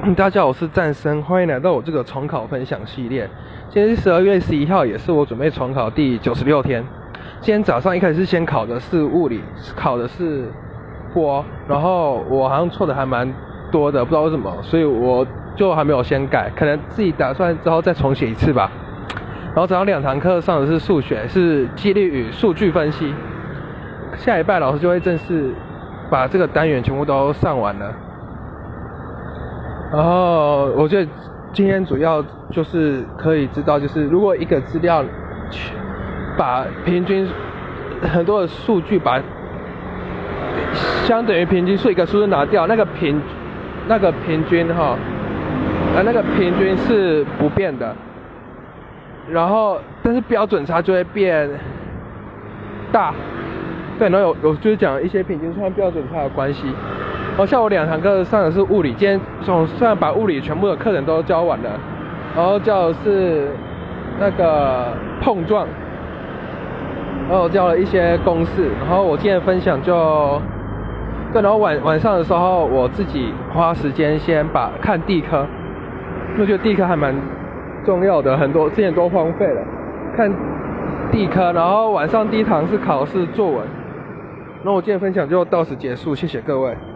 大家好，我是战生，欢迎来到我这个重考分享系列。今天是12月11号，也是我准备重考第96天。今天早上一开始是先考的是物理，考的是波，然后我好像错的还蛮多的，不知道为什么，所以我就还没有先改，可能自己打算之后再重写一次吧。然后早上2堂课上的是数学，是几率与数据分析。下礼拜老师就会正式把这个单元全部都上完了。然后我觉得今天主要就是可以知道，就是如果一个资料把平均很多的数据把相等于平均数一个数字拿掉，那个平均那个平均是不变的，然后但是标准差就会变大。对，然后有就是讲一些平均数和标准差的关系。然后像我2堂课上的是物理，今天虽然把物理全部的课程都教完了，然后教的是那个碰撞，然后教了一些公式，然后我今天的分享就对，然后晚上的时候我自己花时间先看地科，我觉得地科还蛮重要的，很多之前都荒废了，看地科，然后晚上第1堂是考试作文，然后我今天的分享就到此结束，谢谢各位。